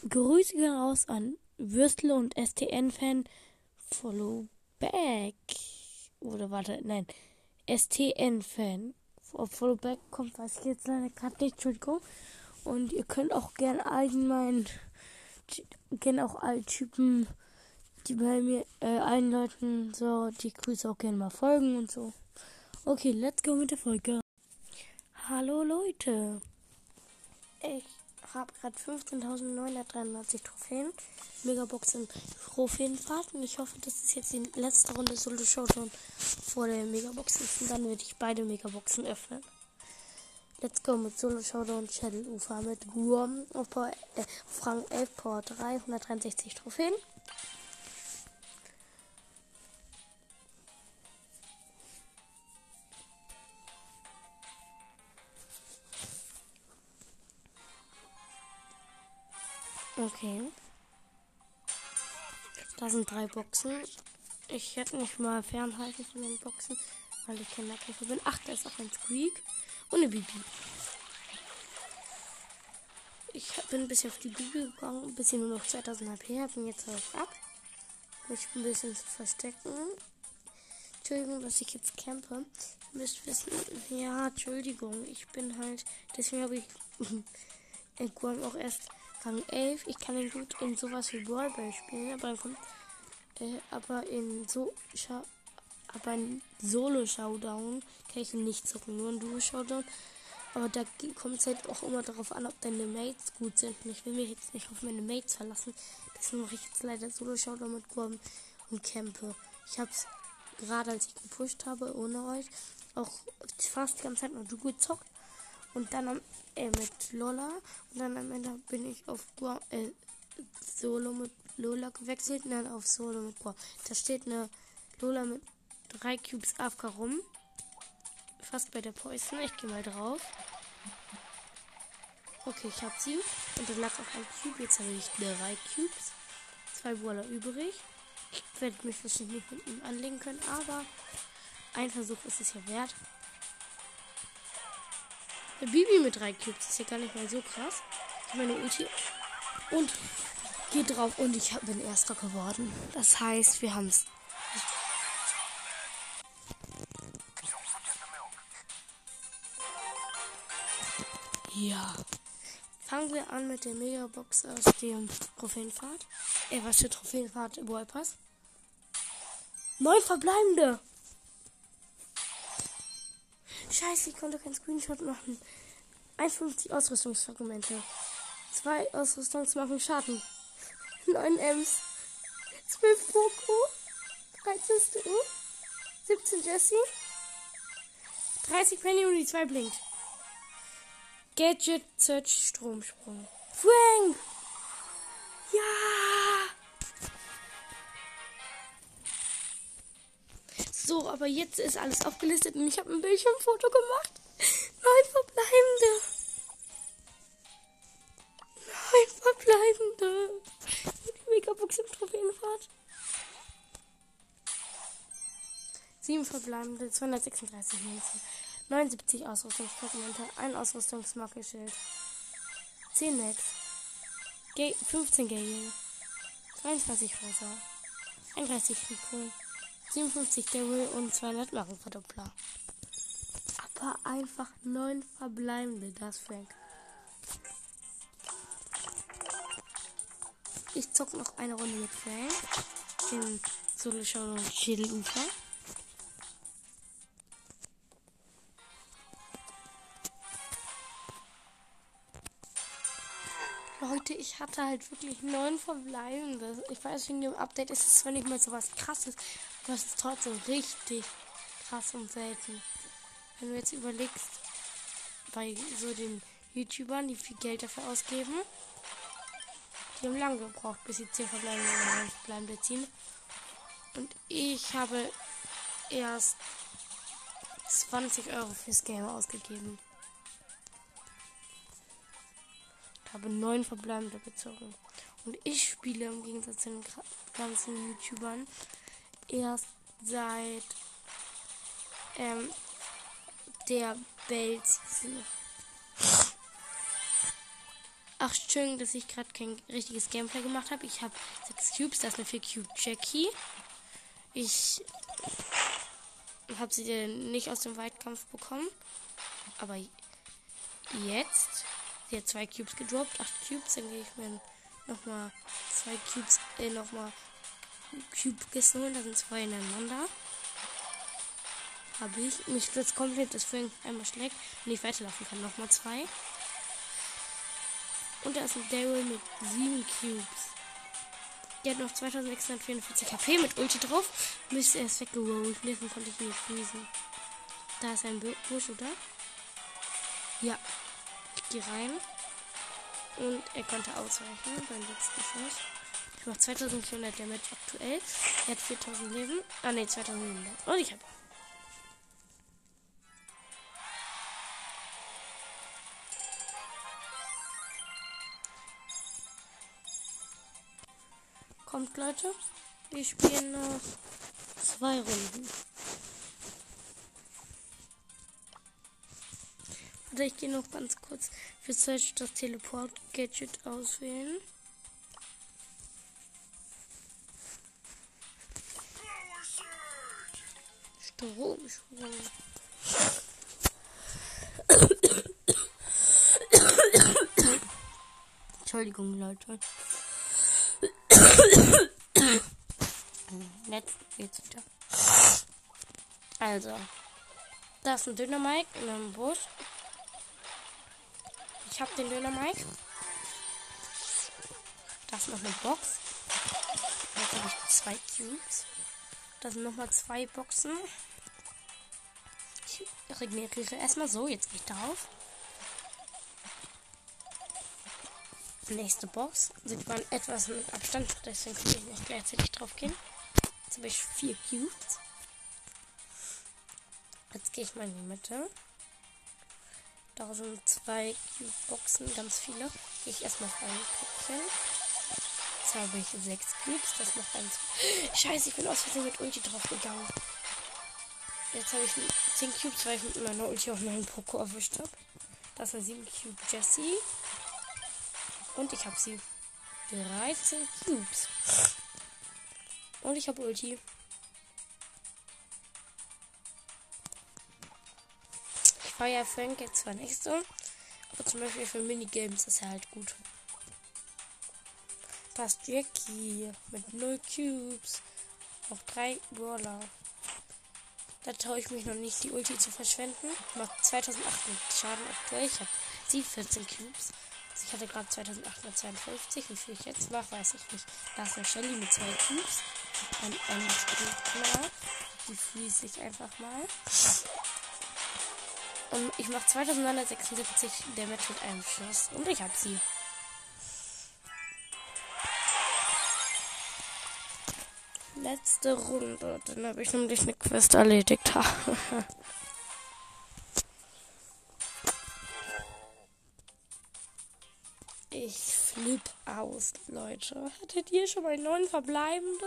Grüße gehen raus an Würstel und STN-Fan. Follow back. Oder warte, nein. STN-Fan. Ob Follow back kommt, weiß ich jetzt leider gerade nicht. Entschuldigung. Und ihr könnt auch gerne allgemein, gerne auch alle Typen, die bei mir, allen Leuten so, die Grüße auch gerne mal folgen und so. Okay, let's go mit der Folge. Hallo Leute. Ich habe gerade 15.993 Trophäen. Megaboxen Trophäenfahrt. Und ich hoffe, das ist jetzt die letzte Runde Solo Showdown vor der Megaboxen. Und dann werde ich beide Megaboxen öffnen. Let's go mit Solo Showdown Channel Ufer mit Guam auf Rang 11 Power 3, 163 Trophäen. Okay. Da sind 3 Boxen. Ich hätte mich mal fernhalten von den Boxen, weil ich kein Nahkämpfer bin. Ach, da ist auch ein Squeak und eine Bibi. Ich bin ein bisschen auf die Bibi gegangen, ein bisschen nur noch 2000 HP, bin jetzt auf ab. Mich ein bisschen zu verstecken. Entschuldigung, dass ich jetzt campe. Ihr müsst wissen, ja, Entschuldigung, ich bin halt, deswegen habe ich in Guam auch erst Rang 11. Ich kann ihn gut in sowas wie Brawlball spielen, aber in Solo-Showdown kann ich ihn nicht zocken, nur in Duo-Showdown. Aber da kommt es halt auch immer darauf an, ob deine Mates gut sind. Und ich will mich jetzt nicht auf meine Mates verlassen. Deswegen mache ich jetzt leider Solo-Showdown mit Guam und campe. Ich habe es gerade, als ich gepusht habe, ohne euch, auch fast die ganze Zeit nur Duo gezockt. Und dann mit Lola. Und dann am Ende bin ich auf Solo mit Lola gewechselt und dann auf Solo mit Guam. Da steht eine Lola mit 3 Cubes AFK rum. Fast bei der Poison. Ich gehe mal drauf. Okay, ich habe sie. Und dann lag auch ein Cube. Jetzt habe ich 3 Cubes. 2 Brawler übrig. Ich werde mich wahrscheinlich nicht mit ihm anlegen können, aber ein Versuch ist es ja wert. Der Bibi mit 3 Cubes ist ja gar nicht mal so krass. Ich habe meine Ulti und gehe drauf und ich bin Erster geworden. Das heißt, wir haben es. Ja. Fangen wir an mit der Megabox aus dem Trophäenfahrt. Was für Trophäenfahrt im Ballpass? 9 verbleibende. Scheiße, ich konnte keinen Screenshot machen. 51 Ausrüstungsfragmente. 2 Ausrüstungsmachen Schaden. 9 Ms. 12 Poco. 13 Stu. 17 Jessie. 30 Penny und die 2 blinkt. Gadget Search Stromsprung. Frank! Ja! So, aber jetzt ist alles aufgelistet und ich habe ein Bildschirmfoto gemacht. 9 verbleibende. 9 verbleibende. Die Megabox im Trophäenfahrt. 7 verbleibende, 236 Münzen. 79 Ausrüstungsfragmente, 1 Ausrüstungsmarkenschild, 10 Max, 15 Gale, 23 Rosa, 31 Rico, 57 Daryl und 200 Markenverdoppler. Aber einfach 9 verbleibende, das Frank. Ich zocke noch eine Runde mit Frank im Solo-Showdown Schädelufer. Leute, ich hatte halt wirklich 9 verbleibende. Ich weiß, wegen dem Update ist es zwar nicht mehr so was krasses, aber es ist trotzdem richtig krass und selten. Wenn du jetzt überlegst, bei so den YouTubern, die viel Geld dafür ausgeben, die haben lange gebraucht, bis sie 10 verbleibende oder 9 verbleibende ziehen. Und ich habe erst 20 € fürs Game ausgegeben. Habe 9 verbleibende gezogen. Und ich spiele im Gegensatz zu den ganzen YouTubern erst seit der Bell Season. Ach, schön, dass ich gerade kein richtiges Gameplay gemacht habe. Ich habe 6 Cubes, das ist eine 4 Cube Jackie. Ich habe sie denn nicht aus dem Weitkampf bekommen. Aber jetzt, sie hat 2 Cubes gedroppt, 8 Cubes, dann gehe ich mir nochmal 2 Cubes, nochmal Cube-Kisten holen, da sind 2 ineinander. Habe ich. Mich stürzt komplett, das Frank einmal schlägt und ich weiterlaufen kann. Nochmal 2. Und da ist ein Daryl mit 7 Cubes. Der hat noch 2644 HP mit Ulti drauf. Müsste erst weggerollt. Deswegen konnte ich ihn nicht freezen. Da ist ein Busch, oder? Ja. Ich gehe rein. Und er konnte ausweichen beim letzten Schuss. Ich mache 2400 Damage aktuell. Er hat 4000 Leben. Ah ne, 2700. Und ich habe. Kommt, Leute. Wir spielen noch 2 Runden. Oder ich gehe noch ganz kurz für Search das Teleport-Gadget auswählen. Stromsprung. Entschuldigung, Leute. Jetzt geht's wieder. Also, da ist ein Dynamite in einem Busch. Ich habe den Dynamite. Da ist noch eine Box. Jetzt habe ich 2 Cubes. Da sind nochmal 2 Boxen. Ich regeneriere erstmal so. Jetzt gehe ich darauf. Nächste Box. Sieht man etwas mit Abstand. Deswegen kann ich nicht gleichzeitig drauf gehen. Jetzt habe ich 4 Cubes. Jetzt gehe ich mal in die Mitte. Da sind 2 Cube-Boxen, ganz viele. Gehe ich erstmal auf ein Köpfchen. Jetzt habe ich 6 Cubes. Das macht eins. Scheiße, ich bin aus Versehen mit Ulti drauf gegangen. Jetzt habe ich 10 Cubes, weil ich mit meiner Ulti auch noch einen Poco erwischt habe. Das ist eine 7 Cube Jessie. Und ich habe sie 13 Cubes. Und ich habe Ulti. Ich feiere Frank jetzt zwar nicht so, aber zum Beispiel für Minigames ist er halt gut. Da ist Jackie mit 0 Cubes. Noch 3 Brawler. Da traue ich mich noch nicht, die Ulti zu verschwenden. Macht 2800 Schaden aktuell. Ich habe 14 Cubes. Also ich hatte gerade 2852. Wie viel ich jetzt mache, weiß ich nicht. Da ist eine Shelly mit 2 Cubes. Ein Gegner. Die freeze ich einfach mal. Und ich mache 2976 Damage mit einem Schuss. Und ich habe sie. Letzte Runde. Dann habe ich nämlich eine Quest erledigt. Ich flipp aus, Leute. Hattet ihr schon mal 9 verbleibende?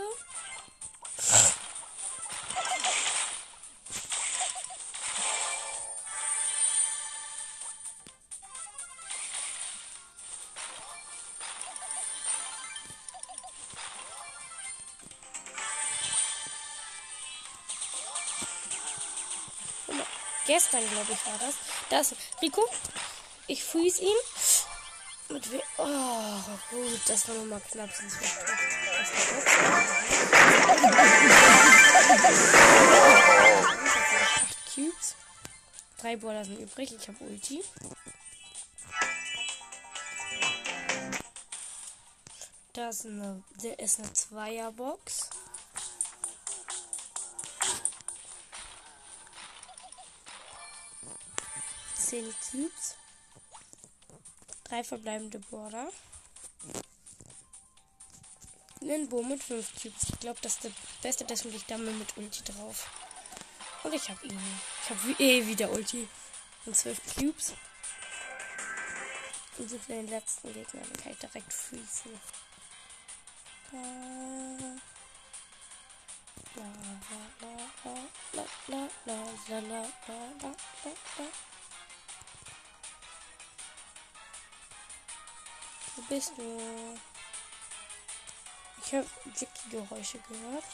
Gestern, glaube ich, war das. Da ist Rico. Ich freeze ihn. Mit we oh, gut. Das war nochmal knapp. Sonst wäre ich 8 Cubes. 3 Brawler sind übrig. Ich habe Ulti. Da ist eine 2er-Box. Cubes. 3 verbleibende Border. Einen Bo mit 5 Cubes. Ich glaube, das ist der beste, deswegen ich Dame mit Ulti drauf. Und ich habe ihn. Ich habe wieder Ulti. Und 12 Cubes. Und suche den letzten Gegner. Den kann ich direkt freezen. bist du? Ich habe Jackie-Geräusche gehört.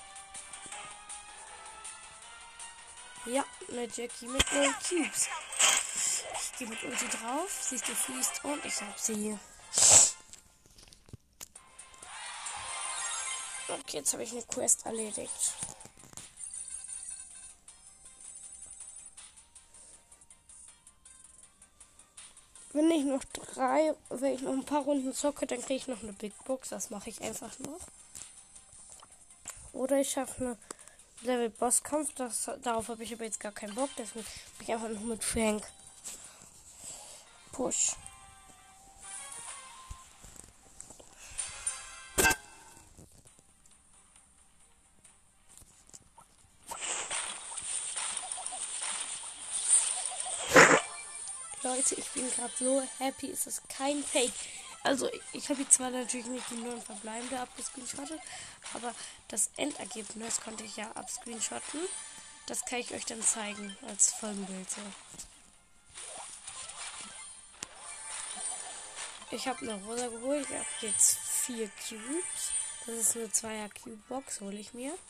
Ja, eine Jackie mit 0 Cubes. Ich gehe mit Ulti drauf. Sie ist gefliest und ich habe sie. Okay, jetzt habe ich eine Quest erledigt. Wenn ich noch ein paar Runden zocke, dann kriege ich noch eine Big Box. Das mache ich einfach noch. Oder ich schaffe eine Level-Bosskampf. Darauf habe ich aber jetzt gar keinen Bock. Deswegen bin ich einfach noch mit Frank. Push. Leute, ich bin gerade so happy. Es ist kein Fake. Also, ich habe jetzt zwar natürlich nicht die 9 verbleibende abgescreenshottet, aber das Endergebnis konnte ich ja abscreenshotten. Das kann ich euch dann zeigen als Folgenbild. So. Ich habe eine Rosa geholt. Ich habe jetzt 4 Cubes. Das ist eine 2er-Cube-Box, hole ich mir.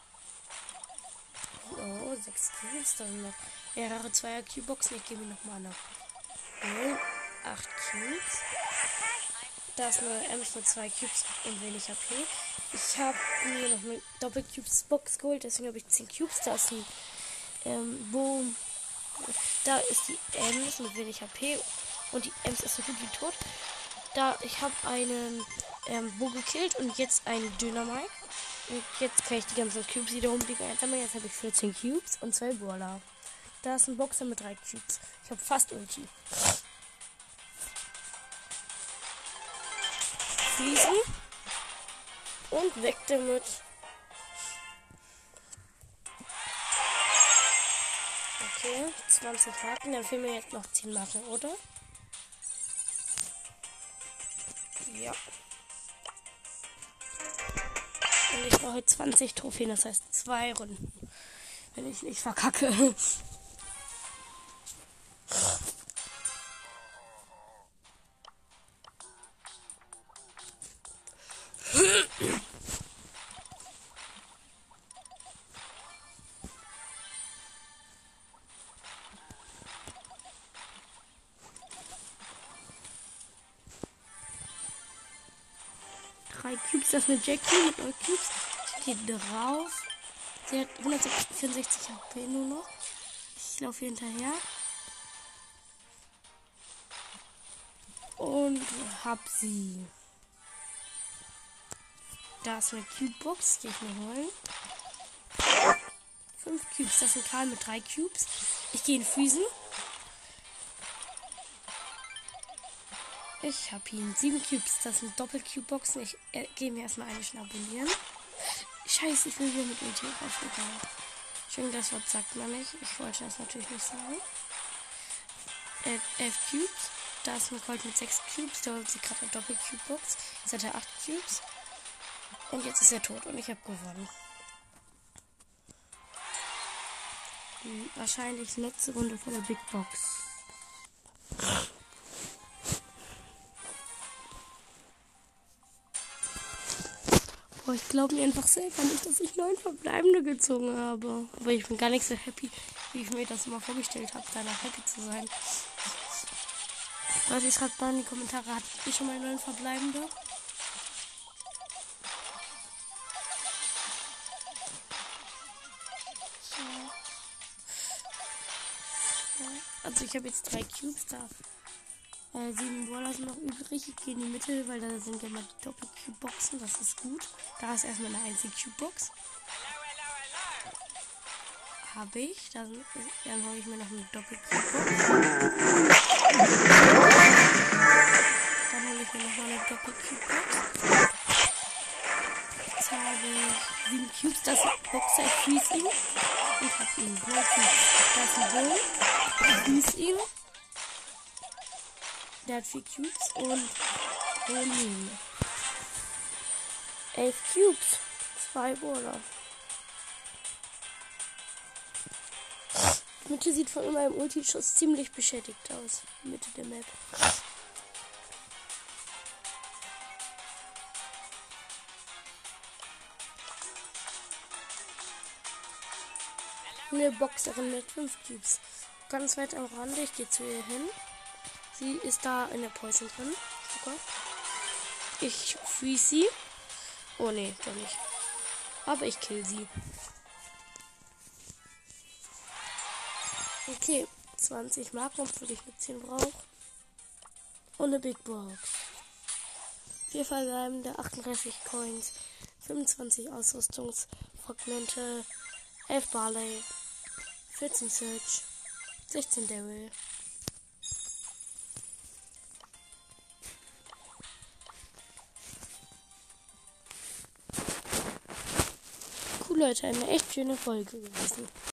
Oh, 6 Cubes. Da sind noch mehrere 2er-Cube-Boxen. Ich gebe mir nochmal eine 8 Cubes. Da ist eine Ems mit 2 Cubes und wenig HP. Ich habe mir noch eine Doppel-Cubes-Box geholt, deswegen habe ich 10 Cubes. Da ist ein Boom. Da ist die Ems mit wenig HP und die Ems ist so gut wie tot. Da ich habe einen Bo gekillt und jetzt einen Dynamite. Und jetzt kann ich die ganzen Cubes wieder rumliegen. Jetzt habe ich 14 Cubes und 2 Brawler. Da ist ein Boxer mit 3 Cubes. Ich habe fast Ulti. Fließen. Und weg damit. Okay, 20 Marken. Dann fehlen mir jetzt noch 10 Marken, oder? Ja. Und ich brauche 20 Trophäen, das heißt 2 Runden. Wenn ich nicht verkacke. Cubes, das ist eine Jackie mit 9 Cubes. Ich gehe drauf. Sie hat 164 HP nur noch. Ich laufe hinterher. Und hab sie. Da ist eine Cube-Box, die ich mir holen. 5 Cubes, das ist ein Karl mit 3 Cubes. Ich gehe in Friesen. Ich habe ihn 7 Cubes. Das sind Doppel-Cube-Boxen. Ich gehe mir erstmal eine schnabulieren. Scheiße, ich will wieder mit Ulti raufgegangen. Schön, das Wort sagt man nicht. Ich wollte das natürlich nicht sagen. 11 Cubes. Da ist ein Colt mit 6 Cubes. Da holt sie gerade eine Doppel-Cube-Box. Jetzt hat er 8 Cubes. Und jetzt ist er tot. Und ich habe gewonnen. Die wahrscheinlich letzte Runde vor der Big Box. Boah, ich glaube mir einfach selber nicht, dass ich 9 verbleibende gezogen habe. Aber ich bin gar nicht so happy, wie ich mir das immer vorgestellt habe, danach happy zu sein. Leute, schreibt mal in die Kommentare, habt ihr schon mal 9 verbleibende? Also ich habe jetzt 3 Cubes da. 7 Brawler sind noch übrig. Ich gehe in die Mitte, weil da sind ja mal die Doppel-Cube-Boxen. Das ist gut. Da ist erstmal eine einzige Cube-Box. Habe ich. Dann hole ich mir noch eine Doppel-Cube-Box. Dann hole ich mir noch mal eine Doppel-Cube-Box. Jetzt habe ich 7 Cubes. Das ist ein Boxer. Ich freeze ihn. Ich habe ihn. 9 Cubes. Das ist ein Bull. Ich freeze ihn. Der hat 4 Cubes und 11 Cubes. 2 Brawler. Mitte sieht von meinem Ulti-Schuss ziemlich beschädigt aus. Mitte der Map. eine Boxerin mit 5 Cubes. Ganz weit am Rande, ich gehe zu ihr hin. Sie ist da in der Poison drin. Super. Ich freeze sie. Oh nee, doch nicht. Aber ich kill sie. Okay, 20 Marken, obwohl ich eine 10 brauche. Und eine Big Box. 4 verbleibende, 38 Coins, 25 Ausrüstungsfragmente, 11 Barley, 14 Search, 16 Daryl. Cool, Leute, eine echt schöne Folge gewesen.